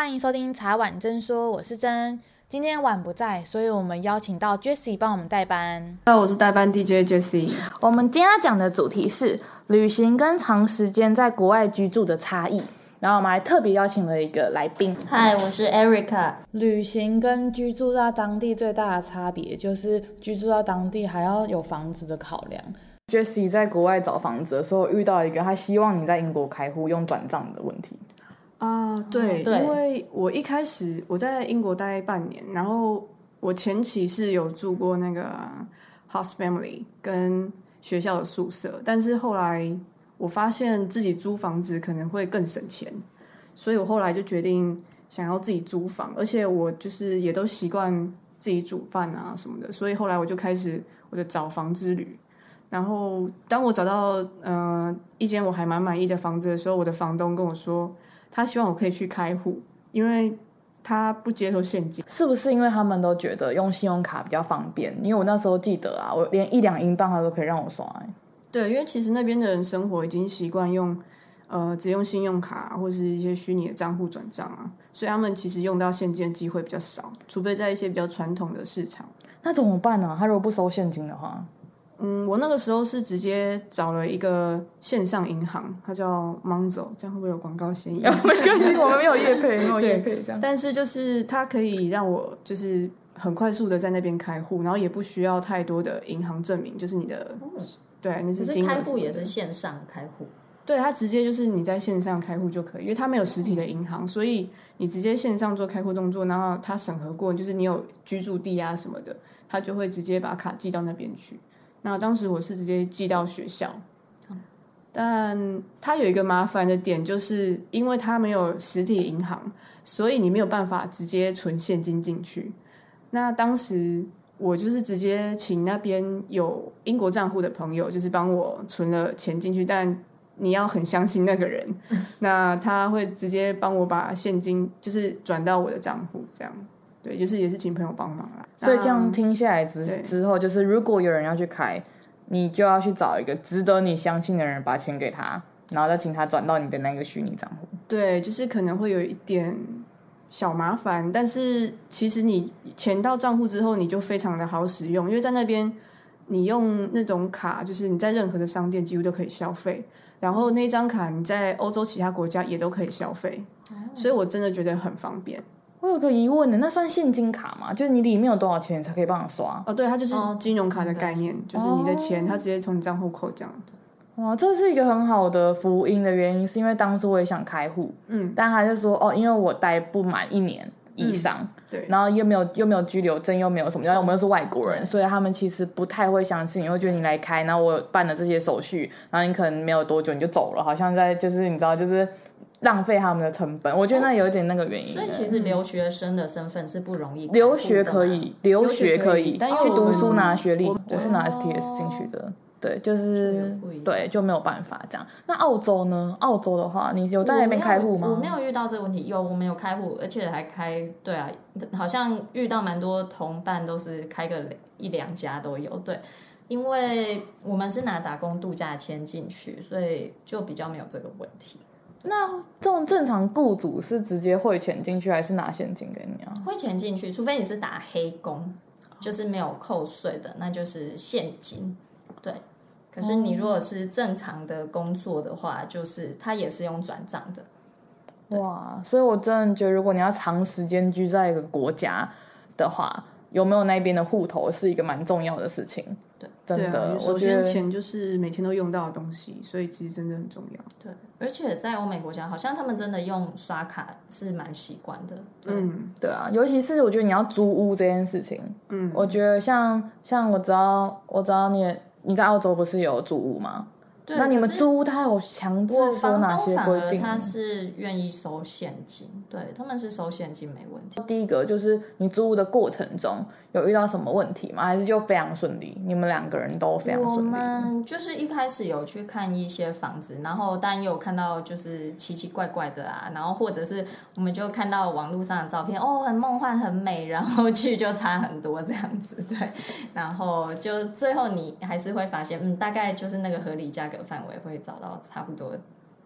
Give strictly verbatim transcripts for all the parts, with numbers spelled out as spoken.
欢迎收听茶碗真说，我是真。今天碗不在，所以我们邀请到 Jessie 帮我们代班。 那我是代班 D J Jessie。 我们今天要讲的主题是旅行跟长时间在国外居住的差异。然后我们还特别邀请了一个来宾。 嗨，我是 Erica。 旅行跟居住在当地最大的差别就是居住在当地还要有房子的考量。Jessie 在国外找房子的时候遇到一个他希望你在英国开户用转账的问题。 啊、uh, 对, 哦、对， 因为我一开始我在英国待半年，然后我前期是有住过那个 house family 跟学校的宿舍，但是后来我发现自己租房子可能会更省钱，所以我后来就决定想要自己租房，而且我就是也都习惯自己煮饭啊什么的，所以后来我就开始我的找房之旅。然后当我找到呃一间我还蛮满意的房子的时候，我的房东跟我说他希望我可以去开户，因为他不接受现金。 是不是因为他们都觉得用信用卡比较方便？因为我那时候记得啊，我连一两英镑他都可以让我刷、欸。 对，因为其实那边的人生活已经习惯用呃只用信用卡或是一些虚拟的账户转账啊，所以他们其实用到现金的机会比较少，除非在一些比较传统的市场。 那怎么办呢、啊？他如果不收现金的话？ 嗯，我那个时候是直接找了一个线上银行，它叫 Monzo， 这样会不会有广告嫌疑？ 没关系，我们没有业配，没有业配这样。 但是就是它可以让我就是很快速的在那边开户，然后也不需要太多的银行证明，就是你的、嗯、对，那是金额。 可是开户也是线上开户。 对，它直接就是你在线上开户就可以，因为它没有实体的银行，所以你直接线上做开户动作，然后它审核过，就是你有居住地啊什么的，它就会直接把卡寄到那边去。那当时我是直接寄到学校，但它有一个麻烦的点，就是因为它没有实体银行，所以你没有办法直接存现金进去。那当时我就是直接请那边有英国账户的朋友，就是帮我存了钱进去，但你要很相信那个人，那他会直接帮我把现金就是转到我的账户，这样。对，就是也是请朋友帮忙啦。 所以这样听下来之之后，就是如果有人要去开，你就要去找一个值得你相信的人，把钱给他，然后再请他转到你的那个虚拟账户。 对，就是可能会有一点小麻烦，但是其实你钱到账户之后，你就非常的好使用，因为在那边你用那种卡，就是你在任何的商店几乎都可以消费，然后那张卡你在欧洲其他国家也都可以消费，所以我真的觉得很方便。 我有个疑问呢，那算现金卡吗？就是你里面有多少钱才可以帮你刷？ 哦，对，它就是金融卡的概念，哦、就是你的钱它直接从你账户扣这样的。 哇，这是一个很好的福音的原因，是因为当初我也想开户，嗯，但他就说哦，因为我待不满一年以上，嗯、 对， 然后又没有又没有居留证，又没有什么，然后我们又是外国人，所以他们其实不太会相信你，会觉得你来开，然后我办了这些手续，然后你可能没有多久你就走了，好像在就是你知道就是。浪费他们的成本，我觉得那有一点那个原因、 哦。所以其实留学生的身份是不容易。 留学可以，留学可以， 但去读书拿学历，我是拿 S T S 进去的。对，就是对，就没有办法这样。那澳洲呢？澳洲的话，你有在那边开户吗？ 我没有遇到这个问题，有我没有开户，而且还开，对啊，好像遇到蛮多同伴都是开个一两家都有，对。因为我们是拿打工度假签进去，所以就比较没有这个问题。 那这种正常雇主是直接汇钱进去，还是拿现金给你啊？ 汇钱进去，除非你是打黑工，就是没有扣税的，那就是现金。对，可是你如果是正常的工作的话，就是它也是用转账的。 哇，所以我真的觉得，如果你要长时间居在一个国家的话，有没有那边的户头是一个蛮重要的事情。 对， 真的， 对啊、首先钱就是每天都用到的东西，所以其实真的很重要。 对，而且在欧美国家，好像他们真的用刷卡是蛮习惯的。 嗯，对啊，尤其是我觉得你要租屋这件事情，嗯，我觉得像像我知道，我知道你你在澳洲不是有租屋吗？ 对， 那你们租屋他有强制收哪些规定？ 他是愿意收现金，对，他们是收现金没问题。 第一个就是你租屋的过程中有遇到什么问题吗？还是就非常顺利？你们两个人都非常顺利？ 我们就是一开始有去看一些房子，然后当然也有看到就是奇奇怪怪的啊，然后或者是我们就看到网络上的照片，哦，很梦幻很美，然后去就差很多这样子，对，然后就最后你还是会发现，嗯，大概就是那个合理价格范围会找到差不多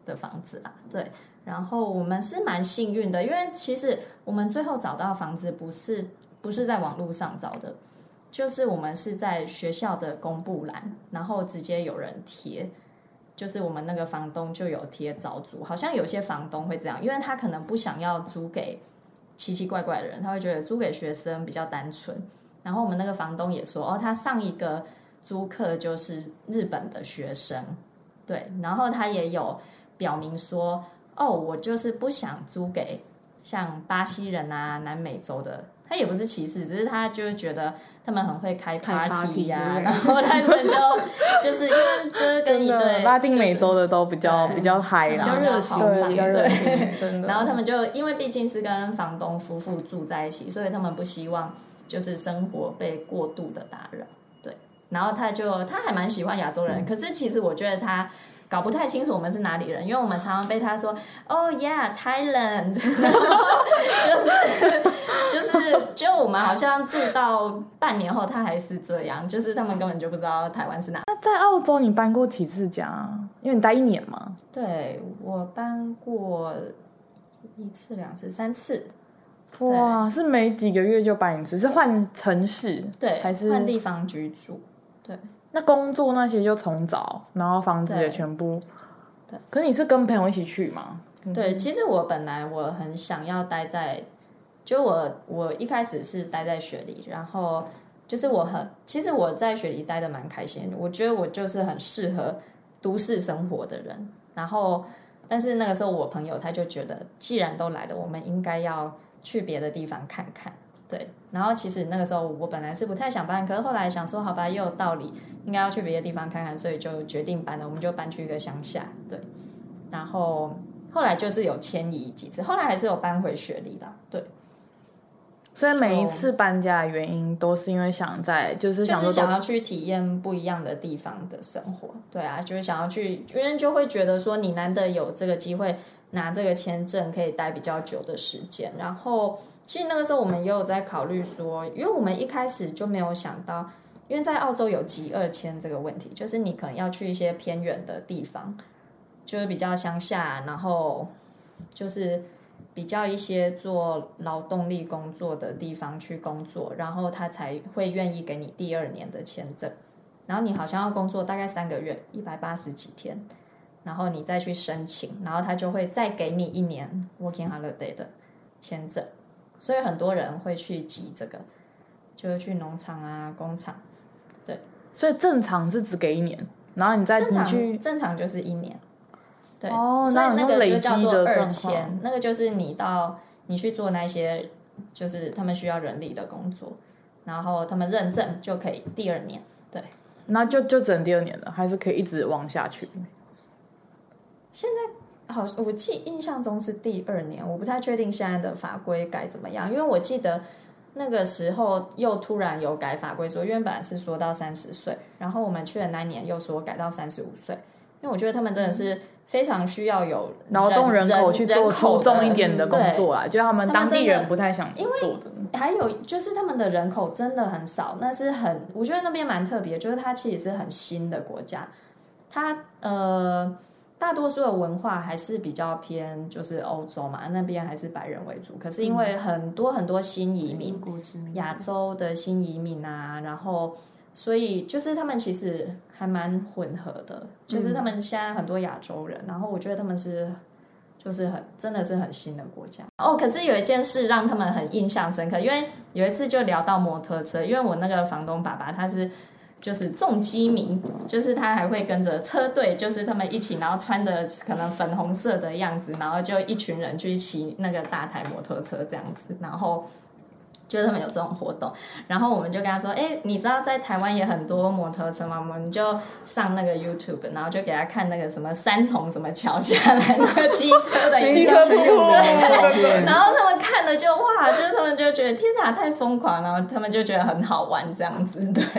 的房子啦，对。然后我们是蛮幸运的，因为其实我们最后找到房子不是不是在网络上找的，就是我们是在学校的公布栏，然后直接有人贴，就是我们那个房东就有贴招租，好像有些房东会这样，因为他可能不想要租给奇奇怪怪的人，他会觉得租给学生比较单纯。然后我们那个房东也说，哦，他上一个租客就是日本的学生，对，然后他也有表明说，哦，我就是不想租给像巴西人啊、南美洲的，他也不是歧视，只是他就是觉得他们很会开 party 呀、啊，然后他们就就是因为就是跟一对拉丁美洲的都比较比较嗨啦， 比较热情， 对，比较热情， 对。然后他们就因为毕竟是跟房东夫妇住在一起，所以他们不希望就是生活被过度的打扰，对。然后他就他还蛮喜欢亚洲人，可是其实我觉得他搞不太清楚我们是哪里人，因为我们常常被他说哦、oh, yeah Thailand 就是就是就我们好像住到半年后他还是这样，就是他们根本就不知道台湾是哪。 那在澳洲你搬过几次家？因为你待一年嘛。 对，我搬过一次两次三次。 哇，是每几个月就搬一次？是换城市？ 对， 还是换地方居住？对。 那工作那些就重找，然后房子也全部。 对。 可是你是跟朋友一起去吗？ 对，其实我本来我很想要待在，就我我一开始是待在雪梨，然后就是我很，其实我在雪梨待的蛮开心，我觉得我就是很适合都市生活的人。然后，但是那个时候我朋友他就觉得，既然都来了，我们应该要去别的地方看看。对，然后其实那个时候我本来是不太想搬，可是后来想说好吧，也有道理，应该要去别的地方看看，所以就决定搬了，我们就搬去一个乡下。对，然后后来就是有迁移几次，后来还是有搬回雪梨啦。对， 所以每一次搬家的原因都是因为想在就是想说就是想要去体验不一样的地方的生活。对啊，就是想要去，因为就会觉得说你难得有这个机会拿这个签证可以待比较久的时间，然后其实那个时候我们也有在考虑说，因为我们一开始就没有想到，因为在澳洲有集二签这个问题，就是你可能要去一些偏远的地方，就是比较乡下，然后就是比较一些做劳动力工作的地方去工作，然后他才会愿意给你第二年的签证，然后你好像要工作大概三个月，一百八十几天，然后你再去申请，然后他就会再给你一年 working holiday 的签证。所以很多人会去集这个，就是去农场啊、工厂，对。 所以正常是只给一年，然后你再正常你去正常就是一年，对。 哦， 所以那个就叫做二累积的状况签，那个就是你到你去做那些，就是他们需要人力的工作，然后他们认证就可以第二年，对。 那就就只能第二年了，还是可以一直往下去？ 现在。好，我记印象中是第二年，我不太确定现在的法规改怎么样，因为我记得那个时候又突然有改法规说，因为本来是说到三十岁，然后我们去的那一年又说改到三十五岁，因为我觉得他们真的是非常需要有劳动人口去做出众一点的工作啦，就是他们当地人不太想做的。 还有就是他们的人口真的很少，那是很，我觉得那边蛮特别，就是它其实是很新的国家，它呃。大多数的文化还是比较偏就是欧洲嘛，那边还是白人为主，可是因为很多很多新移民，亚洲的新移民啊，然后所以就是他们其实还蛮混合的，就是他们现在很多亚洲人，然后我觉得他们是就是很真的是很新的国家哦。可是有一件事让他们很印象深刻，因为有一次就聊到摩托车，因为我那个房东爸爸他是就是重机迷，就是他还会跟着车队，就是他们一起，然后穿的可能粉红色的样子，然后就一群人去骑那个大台摩托车这样子，然后就是他们有这种活动，然后我们就跟他说，哎，你知道在台湾也很多摩托车吗？我们就上那个 YouTube， 然后就给他看那个什么三重什么桥下来那个机车的机车瀑布， 然后他们看了就哇，就是他们就觉得天哪太疯狂，然后他们就觉得很好玩这样子，对。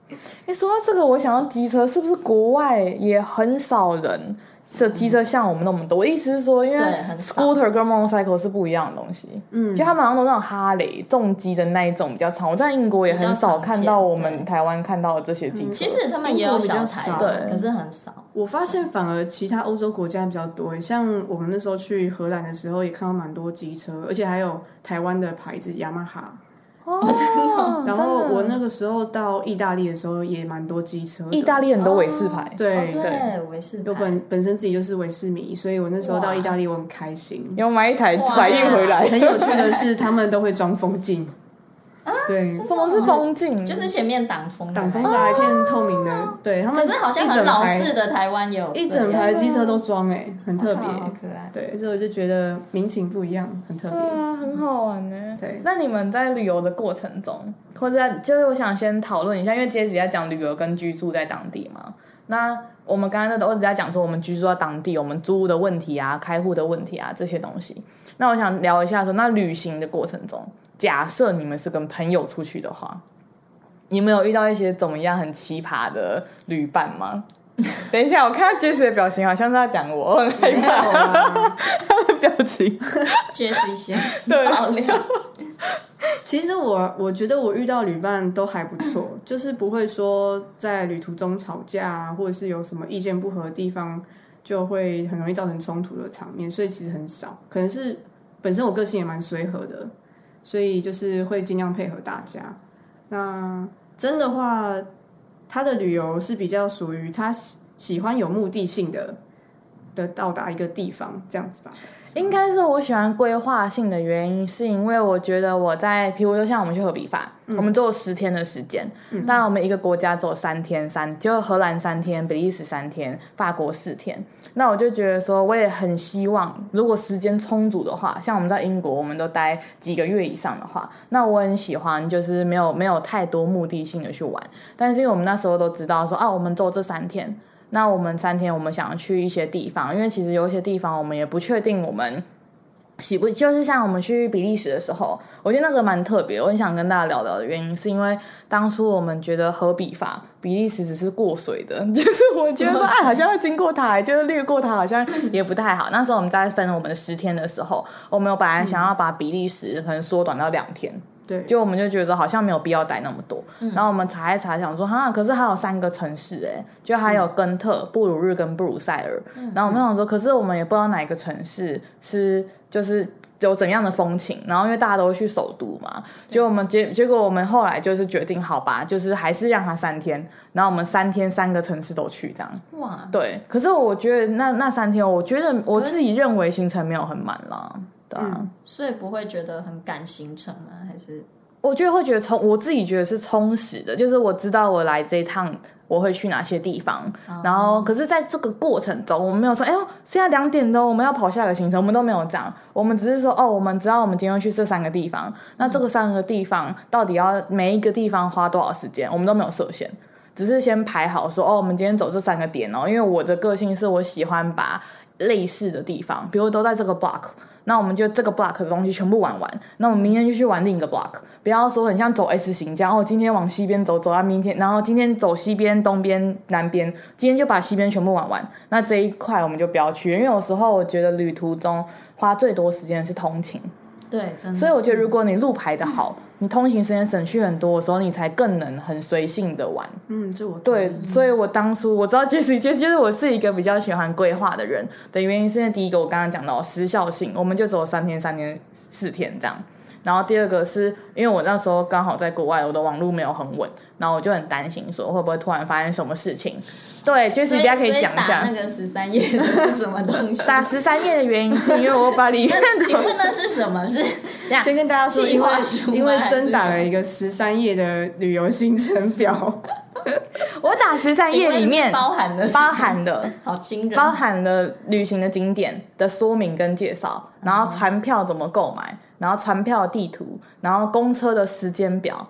哎，说到这个，我想到机车，是不是国外也很少人是机车像我们那么多？我意思是说，因为 scooter 跟 motorcycle 是不一样的东西，嗯，就他们好像都那种哈雷重机的那一种比较长。我在英国也很少看到我们台湾看到的这些机车， 其实他们也有小台，对，可是很少。 我发现反而其他欧洲国家比较多，像我们那时候去荷兰的时候，也看到蛮多机车，而且还有台湾的牌子雅马哈。 哦， 然后我那个时候到意大利的时候也蛮多机车的， 意大利很多韦氏牌， 对对，韦氏牌。 我本本身自己就是韦氏迷，所以我那时候到意大利我很开心， 有买一台怀孕回来。 很有趣的是，他们都会装风镜。对， 什么是风镜？ 就是前面挡风， 挡风打一片透明的。对他们， 可是好像很老式的台湾也有一整排机车都装，哎，很特别， 好可爱。 对，所以我就觉得民情不一样，很特别， 啊，很好玩呢。 对， 那你们在旅游的过程中，或者在就是我想先讨论一下，因为杰子在讲旅游跟居住在当地嘛。那我们刚才都一直在讲说，我们居住在当地，我们租屋的问题啊，开户的问题啊，这些东西。那我想聊一下说，那旅行的过程中，假设你们是跟朋友出去的话，你们有遇到一些怎么样很奇葩的旅伴吗？等一下，我看到 Jessie 的表情好像是在讲我，我很害怕他的表情。 Jessie 先爆料。 其实我我觉得我遇到旅伴都还不错，就是不会说在旅途中吵架啊，或者是有什么意见不合的地方，就会很容易造成冲突的场面，所以其实很少。可能是本身我个性也蛮随和的，所以就是会尽量配合大家。那真的话，他的旅游是比较属于他喜欢有目的性的的到达一个地方这样子吧。 应该是我喜欢规划性的原因，是因为我觉得我在，比如说像我们去荷比法，嗯、我们只有十天的时间，嗯、但我们一个国家只有三天，三就荷兰三天，比利时三天，法国四天。那我就觉得说，我也很希望，如果时间充足的话，像我们在英国，我们都待几个月以上的话，那我很喜欢就是没有没有太多目的性的去玩。但是因为我们那时候都知道说，啊，我们只有这三天。那我们三天，我们想要去一些地方，因为其实有一些地方我们也不确定我们喜不，就是像我们去比利时的时候，我觉得那个蛮特别，我很想跟大家聊聊的原因，是因为当初我们觉得荷比法比利时只是过水的，就是我觉得说，哎，好像要经过它，就是略过它，好像也不太好。那时候我们在分我们的十天的时候，我们有本来想要把比利时可能缩短到两天。 对， 就我们就觉得说好像没有必要待那么多，嗯、然后我们查一查，想说哈，可是还有三个城市哎，就还有根特、布鲁日跟布鲁塞尔，嗯、然后我们想说，可是我们也不知道哪一个城市是就是有怎样的风情，然后因为大家都会去首都嘛，结果我们结结果我们后来就是决定好吧，就是还是让它三天，然后我们三天三个城市都去这样， 哇， 对，可是我觉得那那三天，我觉得我自己认为行程没有很满啦。对啊、 嗯，所以不会觉得很赶行程吗？还是我觉得会觉得充，我自己觉得是充实的，就是我知道我来这一趟我会去哪些地方，哦、然后可是在这个过程中，我们没有说，哎呦，现在两点钟我们要跑下个行程，我们都没有这样，我们只是说，哦，我们知道我们今天会去这三个地方，那这个三个地方到底要每一个地方花多少时间，我们都没有设限。只是先排好说，哦，我们今天走这三个点哦，因为我的个性是我喜欢把类似的地方，比如都在这个 block， 那我们就这个 block 的东西全部玩完，那我们明天就去玩另一个 block， 不要说很像走 S 型这样，哦，今天往西边走，走到明天，然后今天走西边、东边、南边，今天就把西边全部玩完，那这一块我们就不要去，因为有时候我觉得旅途中花最多时间的是通勤。 对，真的。 所以我觉得，如果你路排的好，嗯、你通勤时间省去很多的时候，你才更能很随性的玩。 嗯，这我对，所以我当初我知道 Jessie， 就是我是一个比较喜欢规划的人的原因，是因为第一个我刚刚讲到时效性，我们就走三天、三天、四天这样。然后第二个是因为我那时候刚好在国外，我的网路没有很稳，然后我就很担心说会不会突然发生什么事情。对，就是大家可以讲一下。 所以打那个十三页的是什么东西？ 打十三页的原因是因为我把里面的请问那是什么？是先跟大家说，因为因为真打了一个十三页的旅游行程表。 我打十三页里面包含的包含的好惊人， 包含了旅行的景点的说明跟介绍，然后船票怎么购买，然后船票的地图，然后公车的时间表。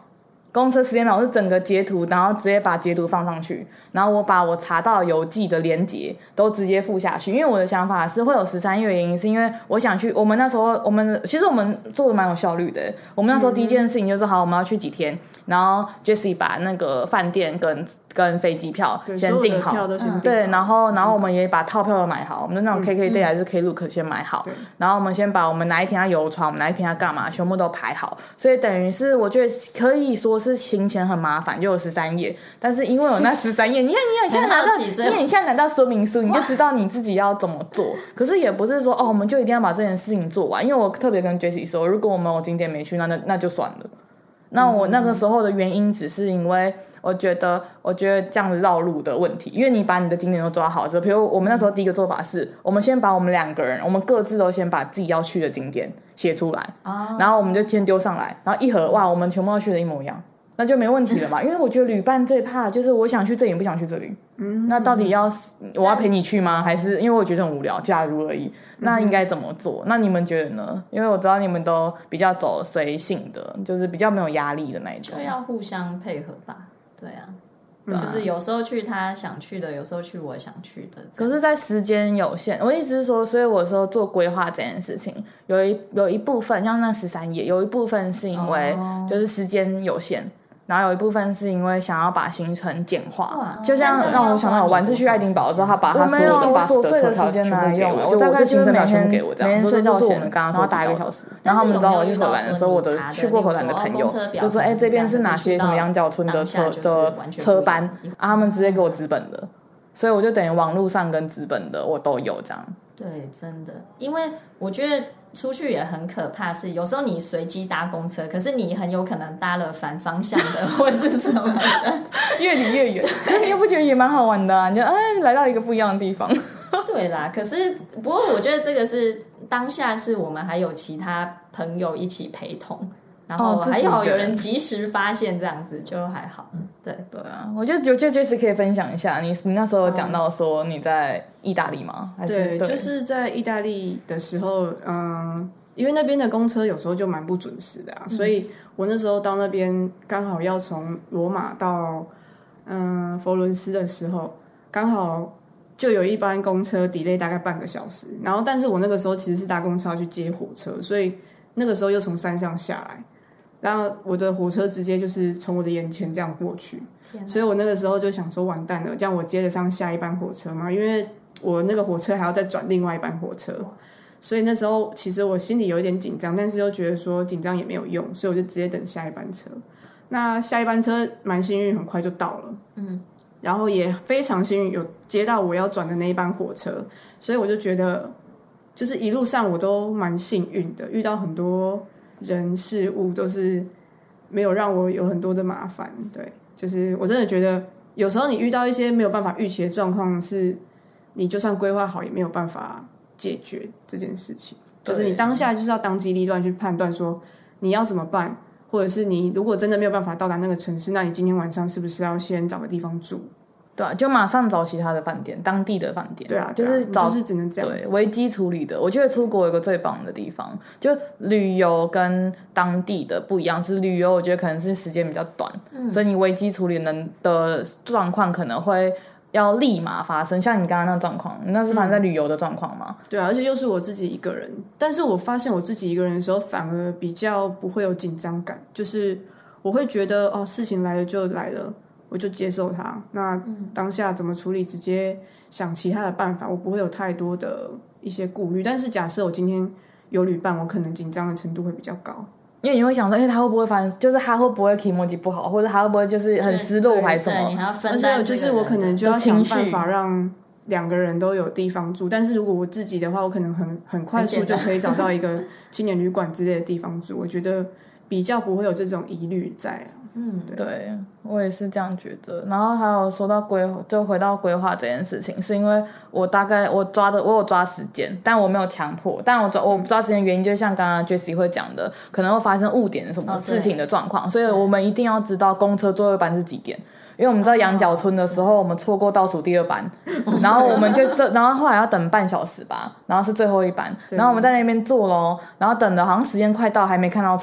公车时间表我是整个截图，然后直接把截图放上去，然后我把我查到邮寄的连结都直接附下去。因为我的想法是会有十三页的原因，是因为我想去，我们那时候我们其实我们做的蛮有效率的。我们那时候第一件事情就是好，我们要去几天，然后 Jessie 把那个饭店跟跟飞机票先订好， 嗯、 对，然后然后我们也把套票都买好，我们的那种 K K Day 还是 Klook 先买好， 嗯、 然后我们先把我们哪一天要游船，我们哪一天要干嘛，全部都排好。所以等于是我觉得可以说是行前很麻烦，就有十三页，但是因为有那十三页，你看你现在拿到，你看你现在拿到说明书，你就知道你自己要怎么做。可是也不是说哦，我们就一定要把这件事情做完，因为我特别跟 Jessie 说，如果我们有景点没去，那那那就算了。那我那个时候的原因只是因为我觉得，我觉得这样子绕路的问题，因为你把你的景点都抓好之后，比如我们那时候第一个做法是，我们先把我们两个人，我们各自都先把自己要去的景点写出来，哦、然后我们就先丢上来，然后一盒哇，我们全部要去的一模一样，那就没问题了嘛。因为我觉得旅伴最怕的就是我想去这里，不想去这里，嗯，那到底要我要陪你去吗？还是因为我觉得很无聊，假如而已。那应该怎么做？那你们觉得呢？因为我知道你们都比较走随性的，就是比较没有压力的那一种。 就要互相配合吧，对啊，嗯、就是有时候去他想去的，有时候去我想去的。 可是，在时间有限，我意思是说，所以我说做规划这件事情，有一有一部分像那十三页，有一部分是因为就是时间有限。哦，然后有一部分是因为想要把行程简化，就像让我想到我晚次去爱丁堡之后，他把他所有的巴士的车票全部给我，就我这行程表全部给我，这样，每天睡觉前然后打一个小时，然后他们知道我去荷兰的时候，我的去过荷兰的朋友就说，哎，这边是哪些什么羊角村的车的车班啊，他们直接给我纸本的，所以我就等于网络上跟纸本的我都有这样。 对，真的，因为我觉得出去也很可怕，是有时候你随机搭公车，可是你很有可能搭了反方向的或是什么的， 越离越远。可是你又不觉得也蛮好玩的啊？你就哎来到一个不一样的地方。 对啦，可是不过我觉得这个是当下是我们还有其他朋友一起陪同。然后还好有人及时发现，这样子就还好。对对啊，我觉得就就就是可以分享一下，你你那时候讲到说你在意大利吗？还是对，对，就是在意大利的时候，嗯，因为那边的公车有时候就蛮不准时的啊，嗯、所以我那时候到那边刚好要从罗马到嗯佛伦斯的时候，刚好就有一班公车 delay 大概半个小时，然后但是我那个时候其实是搭公车要去接火车，所以那个时候又从山上下来。然后我的火车直接就是从我的眼前这样过去，所以我那个时候就想说完蛋了，这样我接得上下一班火车吗？因为我那个火车还要再转另外一班火车，所以那时候其实我心里有一点紧张，但是又觉得说紧张也没有用，所以我就直接等下一班车。那下一班车蛮幸运，很快就到了，嗯，然后也非常幸运有接到我要转的那一班火车，所以我就觉得就是一路上我都蛮幸运的，遇到很多人事物都是没有让我有很多的麻烦。对，就是我真的觉得有时候你遇到一些没有办法预期的状况，是你就算规划好也没有办法解决这件事情，就是你当下就是要当机立断去判断说你要怎么办，或者是你如果真的没有办法到达那个城市，那你今天晚上是不是要先找个地方住？ 对啊，就马上找其他的饭店，当地的饭店。 对啊， 就是找就是只能这样子。 对，危机处理的，我觉得出国有个最棒的地方，就旅游跟当地的不一样，是旅游我觉得可能是时间比较短，嗯、所以你危机处理能的状况可能会要立马发生，像你刚刚那状况，那是发生在旅游的状况吗？ 嗯？对啊，而且又是我自己一个人，但是我发现我自己一个人的时候，反而比较不会有紧张感，就是我会觉得哦，事情来了就来了。我就接受它，那当下怎么处理，直接想其他的办法，我不会有太多的一些顾虑。但是假设我今天有旅伴，我可能紧张的程度会比较高， 因为你会想说，哎、欸，他会不会发生，就是他会不会 emoji 不好，或者他会不会就是很失落还是什么？ 你还要分担， 而且就是我可能就要想办法让两个人都有地方住。但是如果我自己的话，我可能很很快速就可以找到一个青年旅馆之类的地方住。我觉得比较不会有这种疑虑在啊。 嗯，对，对我也是这样觉得。然后还有说到规，就回到规划这件事情，是因为我大概我抓的我有抓时间，但我没有强迫。但我抓我不抓时间原因，就像刚刚 Jessie 会讲的，可能会发生误点什么事情的状况，哦、所以我们一定要知道公车最后一班是几点。因为我们知道羊角村的时候，我们错过倒数第二班，然后我们就然后后来要等半小时吧，然后是最后一班，然后我们在那边坐咯，然后等的好像时间快到还没看到车，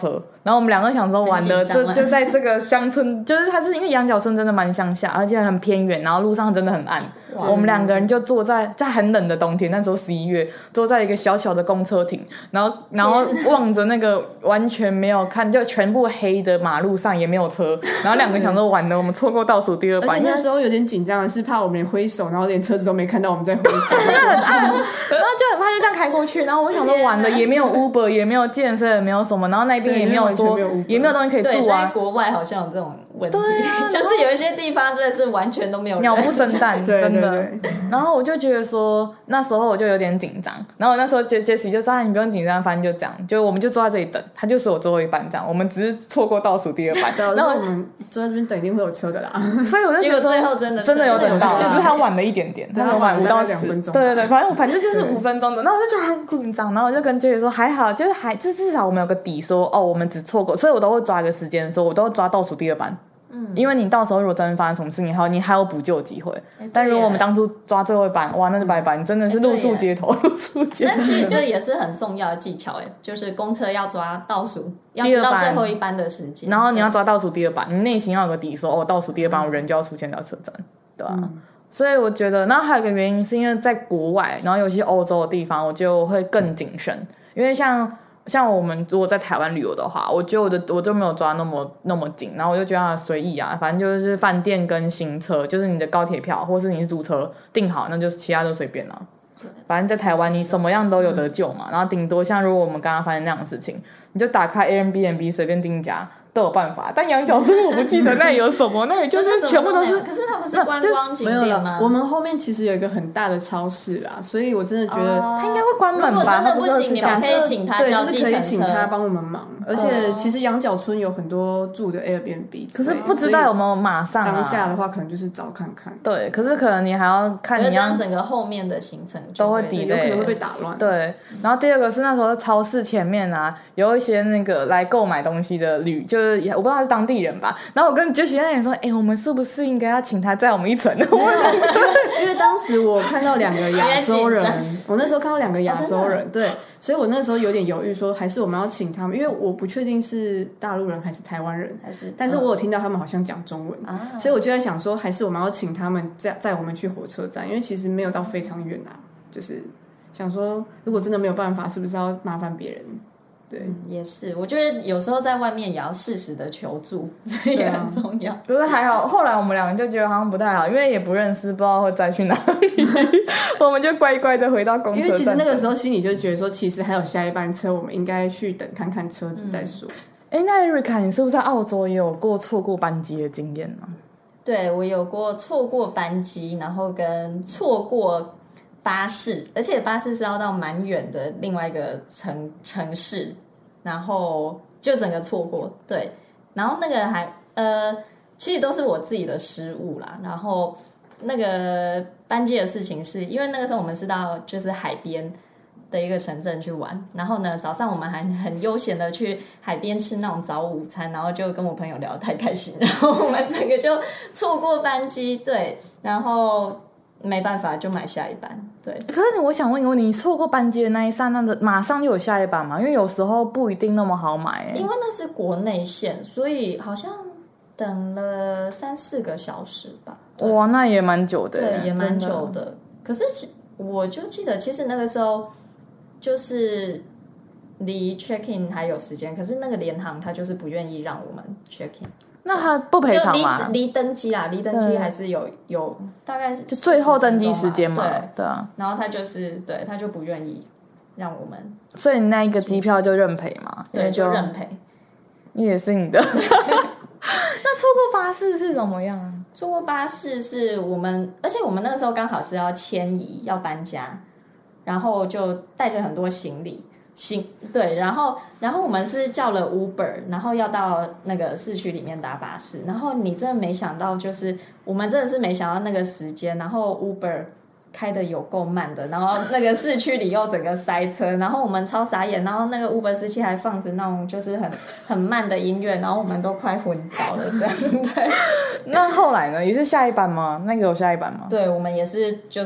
然后我们两个想说玩的就很紧张就在这个乡村，就是它是因为羊角村真的蛮乡下，而且很偏远，然后路上真的很暗。我们两个人就坐在在很冷的冬天，那时候十一月，坐在一个小小的公车亭，然后然后望着那个完全没有看，就全部黑的马路上也没有车，然后两个想说完了，我们错过倒数第二班。 而且那时候有点紧张的是怕我们连挥手，然后连车子都没看到我们在挥手， 真的很暗，然后就很怕就这样开过去，然后我想说完了，也没有 Uber， 也没有计程车，也没有什么，然后那边也没有说也没有东西可以住啊。 对，在国外好像有这种问题， 对啊， 就是有一些地方真的是完全都没有人， 鸟不生蛋， 对真的。 对对对， 然后我就觉得说，那时候我就有点紧张。然后那时候杰杰西就说：“啊，你不用紧张，反正就这样，就我们就坐在这里等。”他就说我最后一班这样，我们只是错过倒数第二班。 对， 然后我们坐在这边等一定会有车的啦。 所以我就觉得说， 结果最后真的真的有等到， 真的有只是他晚了一点点，他晚五到十分钟。 对对对，反正反正就是五分钟的。那我就觉得很紧张，然后我就跟杰西说还好，就是还至至少我们有个底说，哦，我们只错过，所以我都会抓一个时间说，我都会抓倒数第二班。嗯，因为你到时候如果真的发生什么事情，还有你还有补救机会。欸、但如果我们当初抓最后一班，哇，那就拜拜，你真的是露宿街头，露宿街头。 但其实这也是很重要的技巧，哎，就是公车要抓倒数，要知道最后一班的时间， 然后你要抓倒数第二班，你内心要有个底说，哦，倒数第二班我人就要出现到车站，对吧、啊嗯？所以我觉得，然后还有一个原因是因为在国外，然后尤其欧洲的地方，我就会更谨慎，因为像。像我们如果在台湾旅游的话，我觉得我的我就没有抓那么那么紧，然后我就觉得随意啊，反正就是饭店跟行车，就是你的高铁票或是你是租车订好，那就其他都随便啦。反正在台湾你什么样都有得救嘛，然后顶多像如果我们刚刚发生那样的事情，你就打开 Airbnb 随便订一家都有办法。但羊角村我不记得那里有什么，那里就是全部都是。 可是它不是观光景点吗？ 我们后面其实有一个很大的超市啦，所以我真的觉得他应该会关门吧。 如果真的不行，你们可以请他叫计程车， 对，就是可以请他帮我们忙。而且其实羊角村有很多住的 Airbnb， 可是不知道有没有马上、啊。 当下的话，可能就是找看看。 对，可是可能你还要看你要整个后面的行程都会 delay， 有可能会被打乱。 对，然后第二个是那时候超市前面啊，有一些那个来购买东西的旅，就是我不知道他是当地人吧。然后我跟 Jessie 那人说，哎、欸，我们是不是应该要请他载我们一程？因为因为当时我看到两个亚洲人，我那时候看到两个亚洲人，对，所以我那时候有点犹豫，说还是我们要请他们，因为我不确定是大陆人还是台湾人，还是，但是我有听到他们好像讲中文、嗯，所以我就在想说，还是我们要请他们载载我们去火车站，因为其实没有到非常远啊，就是想说，如果真的没有办法，是不是要麻烦别人？对、 嗯，也是，我觉得有时候在外面也要适时的求助，这也很重要。 可是还好，后来我们两个就觉得好像不太好，因为也不认识，不知道会再去哪里，我们就乖乖的回到公车站。 因为其实那个时候心里就觉得说，其实还有下一班车，我们应该去等看看车子再说。 哎、嗯，那 Erica， 你是不是在澳洲也有过错过班机的经验呢？ 对，我有过错过班机，然后跟错过巴士，而且巴士是要到蛮远的另外一个城城市，然后就整个错过。对，然后那个还呃，其实都是我自己的失误啦。然后那个班机的事情是因为那个时候我们是到就是海边的一个城镇去玩，然后呢早上我们还很悠闲的去海边吃那种早午餐，然后就跟我朋友聊得太开心，然后我们整个就错过班机。对，然后没办法就买下一班。对， 可是我想问一个问题，你错过班机的那一刹那的马上就有下一班吗？因为有时候不一定那么好买、欸、 因为那是国内线，所以好像等了三四个小时吧。 哇，那也蛮久的、欸、 对，也蛮久的。可是我就记得其实那个时候就是离 check in 还有时间，可是那个联航他就是不愿意让我们 check in。 那他不赔偿吗？ 离登机啦，离登机还是有有大概是就最后登机时间嘛， 对对啊。 然后他就是对他就不愿意让我们， 所以那一个机票就认赔嘛， 对，就认赔， 也是你的。那错过巴士是怎么样啊？ 错过巴士是我们，而且我们那个时候刚好是要迁移，要搬家，然后就带着很多行李。行，对，然后然后我们是叫了 Uber， 然后要到那个市区里面搭巴士，然后你真的没想到，就是我们真的是没想到那个时间，然后 Uber 开的有够慢的，然后那个市区里又整个塞车，然后我们超傻眼，然后那个 Uber 司机还放着那种就是很很慢的音乐，然后我们都快昏倒了这样。对， 那后来呢？也是下一班吗？那个有下一班吗？ 对，我们也是就是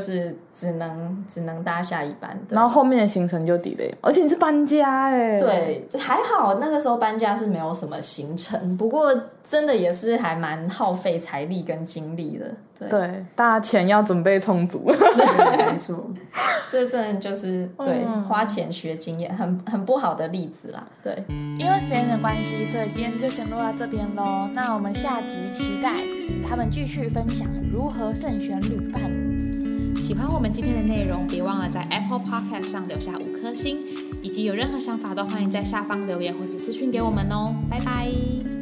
只能只能搭下一班， 然后后面的行程就 delay， 而且你是搬家哎。 对，还好那个时候搬家是没有什么行程，不过真的也是还蛮耗费财力跟精力的。对， 对，大家钱要准备充足。 没错， 这真的就是对、嗯、花钱学经验，很很不好的例子啦。对， 因为时间的关系，所以今天就先录到这边咯。那我们下集期待他们继续分享如何慎选旅伴。 喜欢我们今天的内容，别忘了在 Apple Podcast 上留下五颗星，以及有任何想法都欢迎在下方留言或是私讯给我们哦。拜拜。